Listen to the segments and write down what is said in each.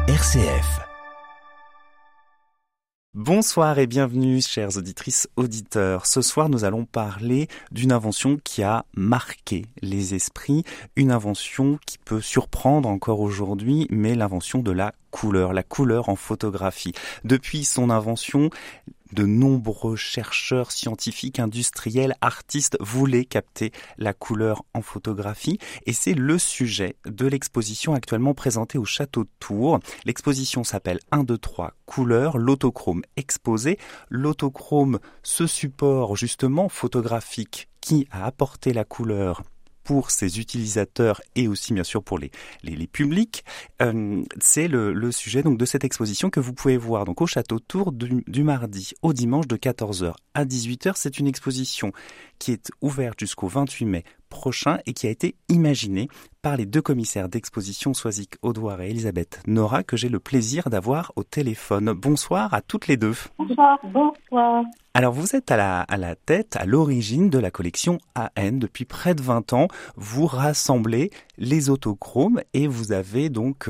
RCF. Bonsoir et bienvenue, chères auditrices, auditeurs. Ce soir, nous allons parler d'une invention qui a marqué les esprits, une invention qui peut surprendre encore aujourd'hui, mais l'invention de la couleur en photographie. Depuis son invention, de nombreux chercheurs, scientifiques, industriels, artistes voulaient capter la couleur en photographie et c'est le sujet de l'exposition actuellement présentée au Château de Tours. L'exposition s'appelle 1, 2, 3 couleurs, l'autochrome exposé. L'autochrome, ce support justement photographique qui a apporté la couleur pour ses utilisateurs et aussi bien sûr pour les publics, c'est le sujet donc de cette exposition que vous pouvez voir donc au Château de Tours du mardi au dimanche de 14h à 18h. C'est une exposition qui est ouverte jusqu'au 28 mai prochain et qui a été imaginée par les deux commissaires d'exposition Soisic Audouard et Elisabeth Nora que j'ai le plaisir d'avoir au téléphone. Bonsoir à toutes les deux. Bonsoir. Alors vous êtes à la tête, à l'origine de la collection AN. Depuis près de 20 ans, vous rassemblez les autochromes et vous avez donc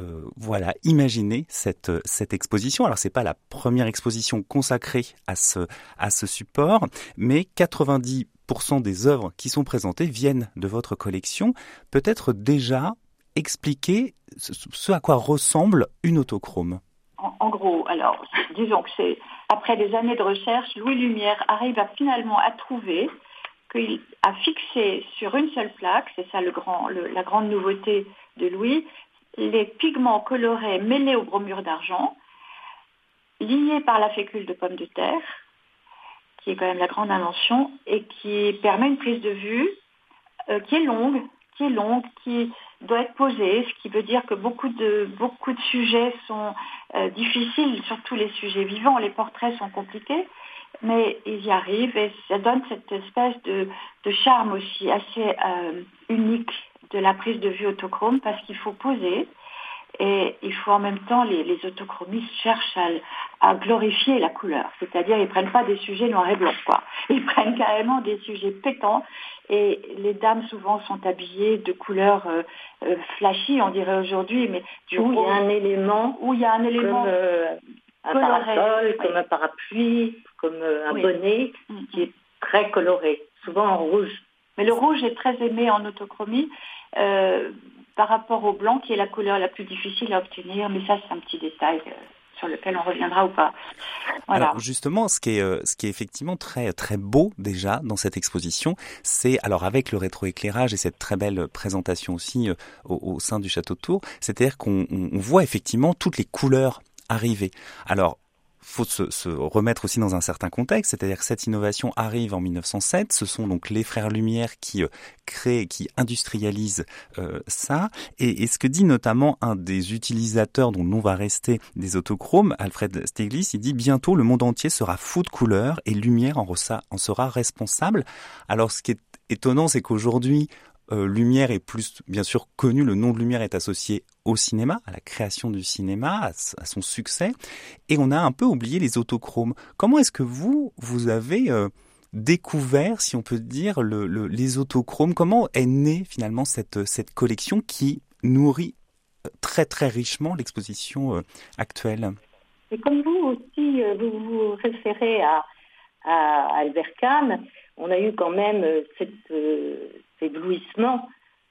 imaginé cette exposition. Alors c'est pas la première exposition consacrée à ce support, mais 90% des œuvres qui sont présentées viennent de votre collection. Peut-être déjà expliquer ce à quoi ressemble une autochrome. En gros, alors, disons que c'est après des années de recherche, Louis Lumière arrive finalement à trouver qu'il a fixé sur une seule plaque, c'est ça la grande nouveauté de Louis, les pigments colorés mêlés au bromure d'argent, liés par la fécule de pomme de terre, qui est quand même la grande invention, et qui permet une prise de vue qui est longue, qui doit être posée, ce qui veut dire que beaucoup de sujets sont difficiles, surtout les sujets vivants. Les portraits sont compliqués, mais ils y arrivent et ça donne cette espèce de charme aussi assez unique de la prise de vue autochrome parce qu'il faut poser et il faut en même temps, les autochromistes cherchent à glorifier la couleur, c'est-à-dire ils prennent pas des sujets noir et blanc, quoi. Ils prennent carrément des sujets pétants et les dames souvent sont habillées de couleurs flashy, on dirait aujourd'hui, mais où il y a un élément comme un parasol, comme un parapluie, comme un bonnet qui est très coloré, souvent en rouge. Mais le rouge est très aimé en autochromie par rapport au blanc qui est la couleur la plus difficile à obtenir, mais ça c'est un petit détail sur lequel on reviendra ou pas. Voilà. Alors justement, ce qui est effectivement très très beau déjà dans cette exposition, c'est alors avec le rétroéclairage et cette très belle présentation aussi au sein du Château de Tours, c'est-à-dire qu'on voit effectivement toutes les couleurs arriver. Alors faut se remettre aussi dans un certain contexte, c'est-à-dire que cette innovation arrive en 1907, ce sont donc les frères Lumière qui créent, qui industrialisent ça, et ce que dit notamment un des utilisateurs dont le nom va rester des autochromes, Alfred Stieglitz, il dit « Bientôt le monde entier sera fou de couleurs et Lumière en sera responsable ». Alors ce qui est étonnant, c'est qu'aujourd'hui, Lumière est plus, bien sûr, connu, le nom de Lumière est associé au cinéma, à la création du cinéma, à son succès, et on a un peu oublié les autochromes. Comment est-ce que vous avez découvert, si on peut dire, les autochromes? Comment est née finalement cette collection qui nourrit très très richement l'exposition actuelle? Et comme vous aussi, vous vous référez à Albert Kahn, on a eu quand même cet éblouissement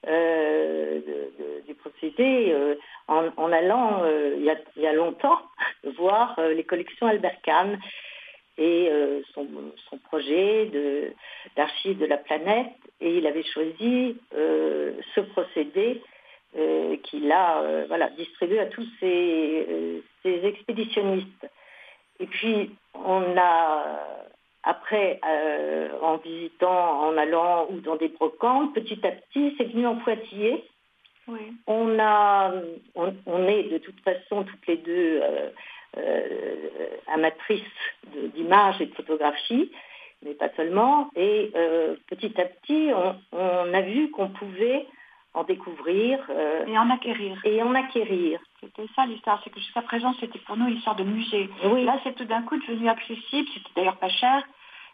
du procédé en allant il y a longtemps voir les collections Albert Kahn et son projet d'archives de la planète, et il avait choisi ce procédé qu'il a distribué à tous ces expéditionnistes. Et puis on a après, en visitant, en allant ou dans des brocantes, petit à petit, c'est venu en Poitiers. Oui. On est de toute façon toutes les deux amatrices d'images et de photographie, mais pas seulement. Et petit à petit, on a vu qu'on pouvait en découvrir et en acquérir. C'était ça l'histoire, c'est que jusqu'à présent c'était pour nous une sorte de musée. Oui. Là c'est tout d'un coup devenu accessible, c'était d'ailleurs pas cher.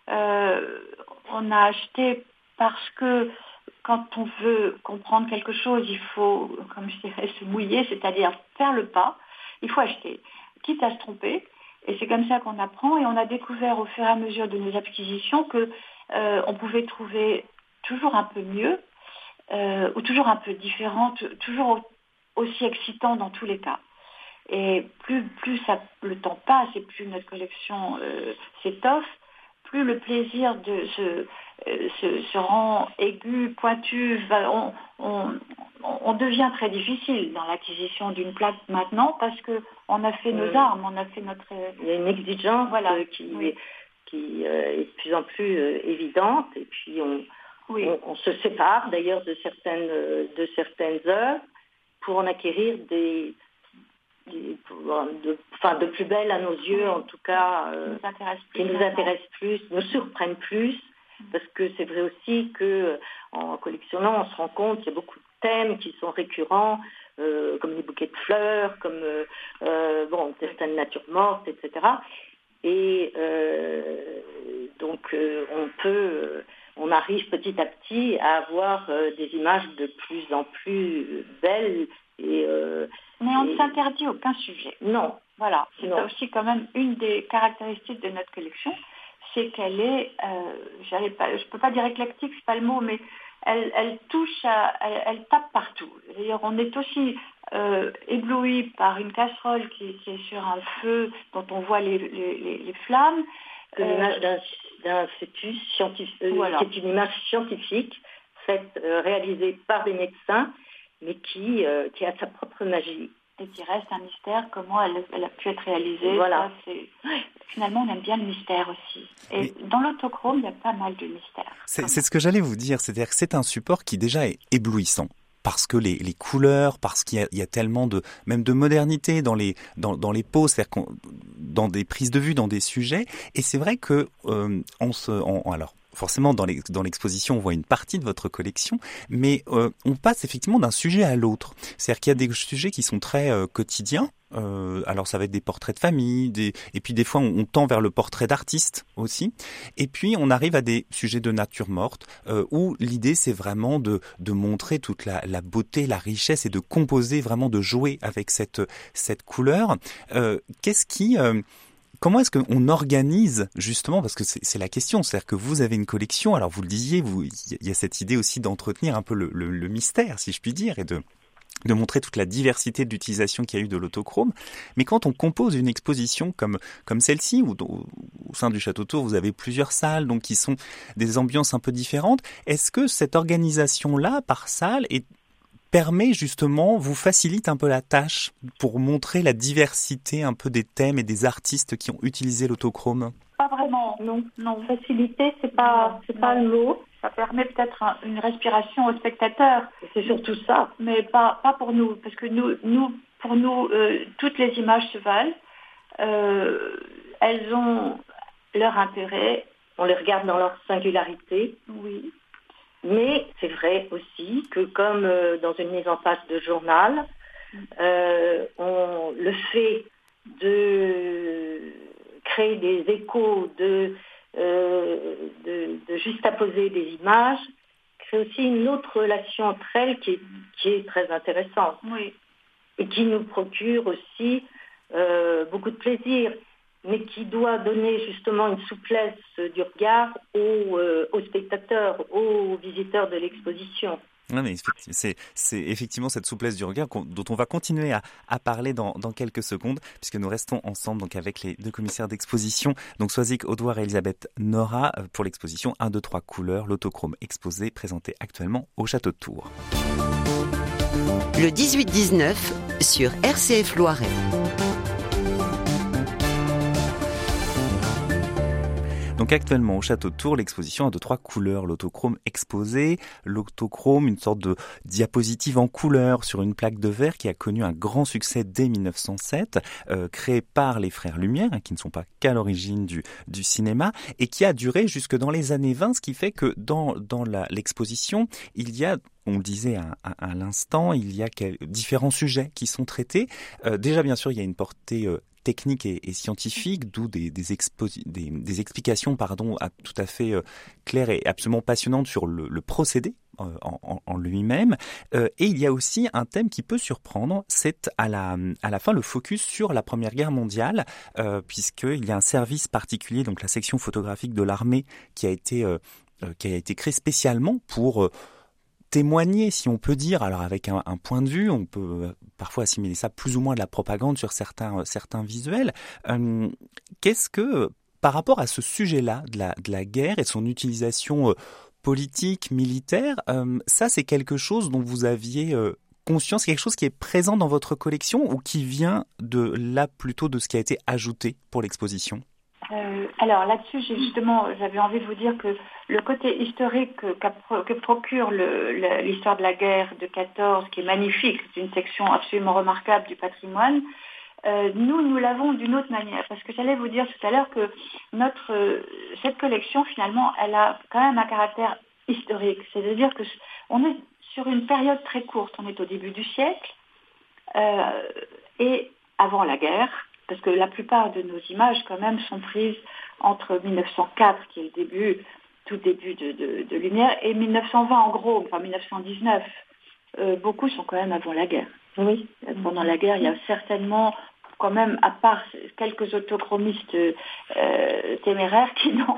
On a acheté parce que quand on veut comprendre quelque chose, il faut, comme je dirais, se mouiller, c'est-à-dire faire le pas. il faut acheter, quitte à se tromper. Et c'est comme ça qu'on apprend. Et on a découvert au fur et à mesure de nos acquisitions que on pouvait trouver toujours un peu mieux, ou toujours un peu différent, toujours aussi excitant dans tous les cas. Et plus le temps passe et plus notre collection s'étoffe, plus le plaisir se rend aigu, pointu. On devient très difficile dans l'acquisition d'une plaque maintenant parce qu'on a fait nos armes, on a fait notre... Il y a une exigence qui est de plus en plus évidente, et puis on se sépare d'ailleurs de certaines œuvres pour en acquérir de plus belles à nos yeux, en tout cas, qui nous intéressent plus, nous surprennent plus, parce que c'est vrai aussi qu'en collectionnant, on se rend compte qu'il y a beaucoup de thèmes qui sont récurrents, comme les bouquets de fleurs, comme certaines natures mortes, etc. Et donc on arrive petit à petit à avoir des images de plus en plus belles. Mais on ne s'interdit aucun sujet. Non. Voilà. C'est aussi quand même une des caractéristiques de notre collection, c'est qu'elle est, je ne peux pas dire éclectique, c'est pas le mot, mais elle touche, elle tape partout. D'ailleurs, on est aussi ébloui par une casserole qui est sur un feu dont on voit les flammes. L'image d'un fœtus scientifique, qui est une image scientifique faite, réalisée par des médecins, mais qui a sa propre magie. Et qui reste un mystère, comment elle a pu être réalisée. Voilà. Ça, finalement, on aime bien le mystère aussi. Et dans l'autochrome, il y a pas mal de mystères. C'est ce que j'allais vous dire, c'est-à-dire que c'est un support qui déjà est éblouissant. Parce que les couleurs, parce qu'il y a tellement même de modernité dans les poses, c'est-à-dire dans des prises de vue, dans des sujets. Et c'est vrai que alors forcément dans l'exposition on voit une partie de votre collection, mais on passe effectivement d'un sujet à l'autre. C'est-à-dire qu'il y a des sujets qui sont très quotidiens. Alors ça va être des portraits de famille, et puis des fois on tend vers le portrait d'artiste aussi, et puis on arrive à des sujets de nature morte où l'idée c'est vraiment de montrer toute la beauté, la richesse, et de composer, vraiment de jouer avec cette couleur. Comment est-ce qu'on organise justement, parce que c'est la question, c'est-à-dire que vous avez une collection, alors vous le disiez, il y a cette idée aussi d'entretenir un peu le mystère, si je puis dire, et de montrer toute la diversité d'utilisation qu'il y a eu de l'autochrome. Mais quand on compose une exposition comme celle-ci, où au sein du Château Tours, vous avez plusieurs salles, donc qui sont des ambiances un peu différentes, est-ce que cette organisation-là, par salle, vous facilite un peu la tâche pour montrer la diversité un peu des thèmes et des artistes qui ont utilisé l'autochrome? Pas vraiment, non. Faciliter, c'est pas le mot. Ça permet peut-être une respiration aux spectateurs. C'est surtout ça. Mais pas pour nous, parce que pour nous, toutes les images se valent. Elles ont leur intérêt. On les regarde dans leur singularité. Oui. Mais c'est vrai aussi que comme dans une mise en page de journal, le fait de créer des échos, de juxtaposer des images, crée aussi une autre relation entre elles qui est très intéressante. Oui. Et qui nous procure aussi beaucoup de plaisir, mais qui doit donner justement une souplesse du regard aux spectateurs, aux visiteurs de l'exposition. Oui, mais c'est effectivement cette souplesse du regard dont on va continuer à parler dans quelques secondes, puisque nous restons ensemble donc avec les deux commissaires d'exposition, donc Soisig Audouard et Elisabeth Nora, pour l'exposition 1, 2, 3 couleurs, l'autochrome exposé, présenté actuellement au Château de Tours. Le 18-19 sur RCF Loiret. Donc actuellement au Château de Tours, l'exposition 1, 2, 3 couleurs, l'autochrome exposé. L'autochrome, une sorte de diapositive en couleur sur une plaque de verre qui a connu un grand succès dès 1907, créé par les frères Lumière, qui ne sont pas qu'à l'origine du cinéma, et qui a duré jusque dans les années 20, ce qui fait que dans l'exposition, il y a, on le disait à l'instant, il y a différents sujets qui sont traités. Déjà, bien sûr, il y a une portée technique et scientifique, d'où des explications tout à fait claires et absolument passionnantes sur le procédé en lui-même. Et il y a aussi un thème qui peut surprendre, c'est à la fin le focus sur la Première Guerre mondiale, puisqu'il y a un service particulier, donc la section photographique de l'armée, qui a été créé spécialement pour témoigner, si on peut dire, alors avec un point de vue, on peut parfois assimiler ça plus ou moins de la propagande sur certains visuels. Qu'est-ce que, par rapport à ce sujet-là de la guerre et de son utilisation politique, militaire, ça c'est quelque chose dont vous aviez conscience, quelque chose qui est présent dans votre collection ou qui vient plutôt de ce qui a été ajouté pour l'exposition? Alors là-dessus, j'avais envie de vous dire que le côté historique que procure l'histoire de la guerre de 14, qui est magnifique, c'est une section absolument remarquable du patrimoine, nous l'avons d'une autre manière. Parce que j'allais vous dire tout à l'heure que cette collection, finalement, elle a quand même un caractère historique. C'est-à-dire qu'on est sur une période très courte. On est au début du siècle et avant la guerre. Parce que la plupart de nos images, quand même, sont prises entre 1904, qui est tout début de Lumière, et 1920, en gros, enfin 1919. Beaucoup sont quand même avant la guerre. Oui. Pendant la guerre, il y a certainement, quand même, à part quelques autochromistes téméraires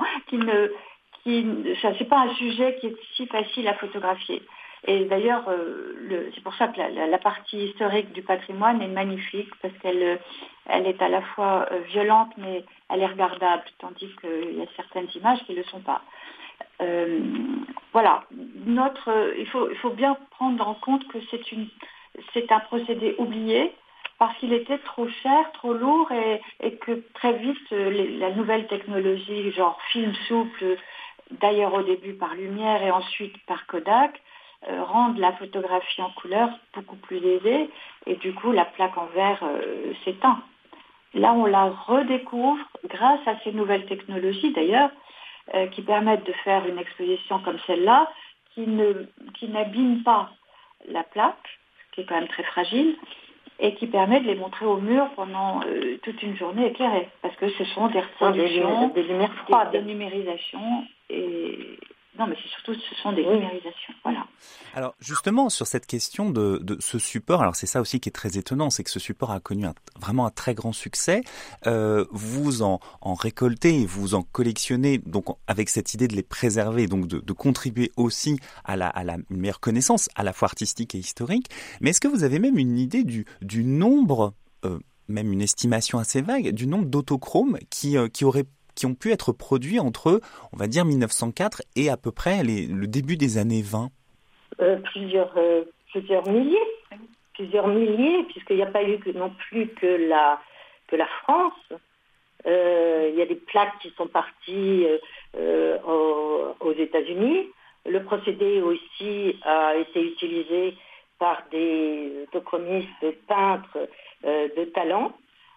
c'est pas un sujet qui est si facile à photographier. Et d'ailleurs, c'est pour ça que la partie historique du patrimoine est magnifique, parce qu'elle est à la fois violente, mais elle est regardable, tandis qu'il y a certaines images qui ne le sont pas. Voilà. Il faut bien prendre en compte que c'est un procédé oublié, parce qu'il était trop cher, trop lourd, et que très vite, la nouvelle technologie, genre film souple, d'ailleurs au début par Lumière et ensuite par Kodak, rendent la photographie en couleur beaucoup plus aisée, et du coup la plaque en verre s'éteint. Là, on la redécouvre grâce à ces nouvelles technologies d'ailleurs, qui permettent de faire une exposition comme celle-là, qui n'abîme pas la plaque, qui est quand même très fragile, et qui permet de les montrer au mur pendant toute une journée éclairée, parce que ce sont des reproductions, des lumières froides, des numérisations, et non, mais ce sont des numérisations, voilà. Alors justement, sur cette question de ce support, alors c'est ça aussi qui est très étonnant, c'est que ce support a connu vraiment un très grand succès. Vous en récoltez, vous en collectionnez, donc avec cette idée de les préserver, donc de contribuer aussi à une meilleure connaissance, à la fois artistique et historique. Mais est-ce que vous avez même une idée du nombre, même une estimation assez vague, du nombre d'autochromes qui ont pu être produits entre, on va dire, 1904 et à peu près le début des années 20? Plusieurs milliers. Plusieurs milliers, puisqu'il n'y a pas eu non plus que la France. Il y a des plaques qui sont parties aux États-Unis. Le procédé aussi a été utilisé par des autochromistes, peintres de talent.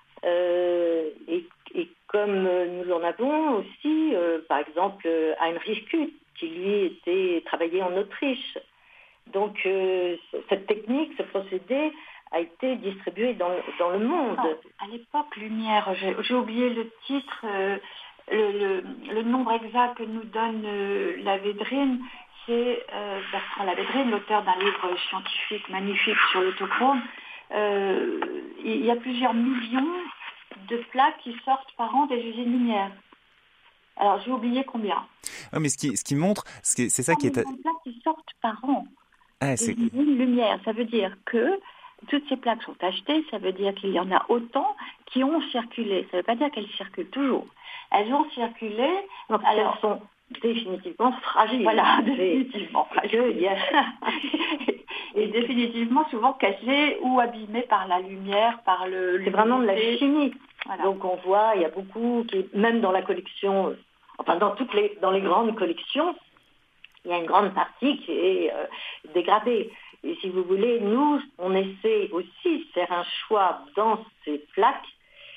Et comme nous en avons aussi, par exemple, Heinrich Kütt, qui lui travaillait en Autriche. Donc cette technique, ce procédé a été distribué dans le monde. À l'époque Lumière, j'ai oublié le titre, le nombre exact que nous donne la Védrine, c'est Bertrand Lavédrine, l'auteur d'un livre scientifique magnifique sur l'autochrome. Il y a plusieurs millions de plaques qui sortent par an des usines Lumière. Alors j'ai oublié combien. Ah, mais ce qui montre, c'est ça qui est... Des plaques qui sortent par an. Ah, des usines Lumière, ça veut dire que toutes ces plaques sont achetées, ça veut dire qu'il y en a autant qui ont circulé. Ça ne veut pas dire qu'elles circulent toujours. Elles ont circulé, donc elles sont définitivement fragiles. Voilà, définitivement fragiles. Et définitivement souvent cassées ou abîmées par la lumière, par c'est vraiment de la chimie. Voilà. Donc on voit, il y a beaucoup, même dans la collection, enfin dans les grandes collections, il y a une grande partie qui est dégradée. Et si vous voulez, nous, on essaie aussi de faire un choix dans ces plaques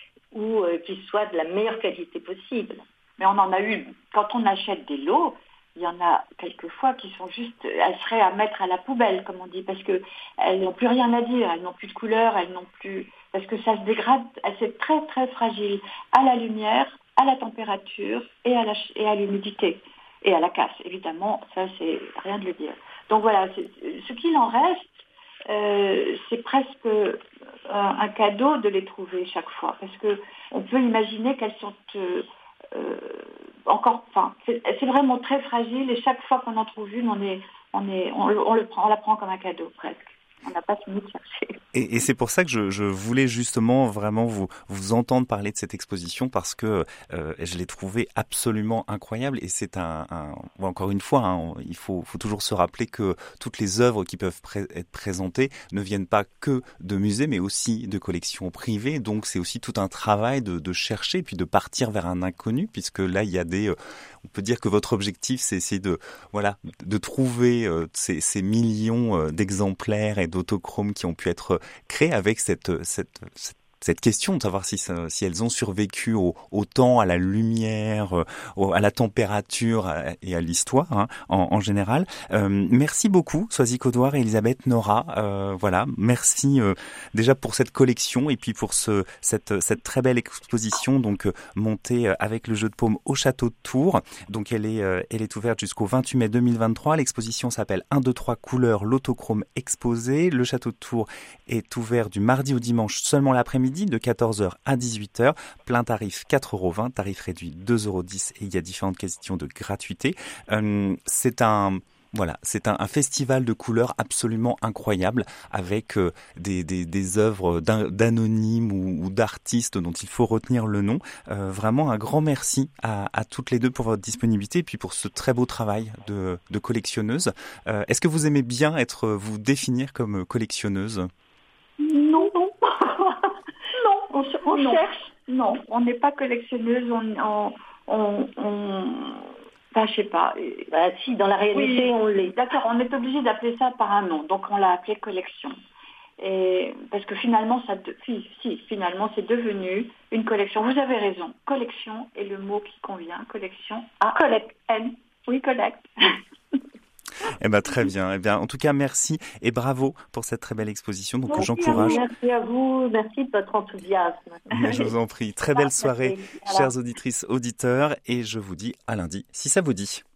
qui soient de la meilleure qualité possible. Mais on en a eu, quand on achète des lots, il y en a quelquefois qui sont juste, elles seraient à mettre à la poubelle, comme on dit, parce que elles n'ont plus rien à dire, elles n'ont plus de couleur, elles n'ont plus, parce que ça se dégrade, c'est très très fragile à la lumière, à la température et à l'humidité et à la casse. Évidemment, ça c'est rien de le dire. Donc voilà, ce qu'il en reste, c'est presque un cadeau de les trouver chaque fois, parce que on peut imaginer qu'elles sont c'est vraiment très fragile et chaque fois qu'on en trouve une, on la prend comme un cadeau presque. On n'a pas fini de chercher. Et c'est pour ça que je voulais justement vraiment vous entendre parler de cette exposition parce que je l'ai trouvée absolument incroyable et c'est encore une fois, hein, il faut toujours se rappeler que toutes les œuvres qui peuvent être présentées ne viennent pas que de musées mais aussi de collections privées. Donc c'est aussi tout un travail de chercher puis de partir vers un inconnu puisque là il y a on peut dire que votre objectif c'est essayer de trouver ces millions d'exemplaires et d'autochromes qui ont pu être créés avec cette question de savoir si elles ont survécu au temps, à la lumière, à la température et à l'histoire hein, en général. Merci beaucoup, Soisy Caudoir et Elisabeth Nora. Merci déjà pour cette collection et puis pour cette très belle exposition donc montée avec le jeu de paume au château de Tours. Donc elle est ouverte jusqu'au 28 mai 2023. L'exposition s'appelle 1, 2, 3 couleurs, l'autochrome exposé. Le château de Tours est ouvert du mardi au dimanche seulement l'après-midi de 14h à 18h, plein tarif 4,20 €, tarif réduit 2,10 € et il y a différentes questions de gratuité. C'est un festival de couleurs absolument incroyable avec des œuvres d'anonymes ou d'artistes dont il faut retenir le nom. Vraiment un grand merci à toutes les deux pour votre disponibilité et puis pour ce très beau travail de collectionneuse. Est-ce que vous aimez bien vous définir comme collectionneuse ? Non. On cherche. Non, on n'est pas collectionneuse. Je sais pas. Si, dans la réalité, on l'est. D'accord, on est obligé d'appeler ça par un nom. Donc, on l'a appelé collection. Et parce que finalement, finalement, c'est devenu une collection. Vous avez raison. Collection est le mot qui convient. Collection. Collect. Oui, collect. Très bien. En tout cas, merci et bravo pour cette très belle exposition. Donc, j'encourage. Merci à vous. Merci de votre enthousiasme. Mais je vous en prie. Très belle soirée, chères auditrices, auditeurs. Et je vous dis à lundi, si ça vous dit.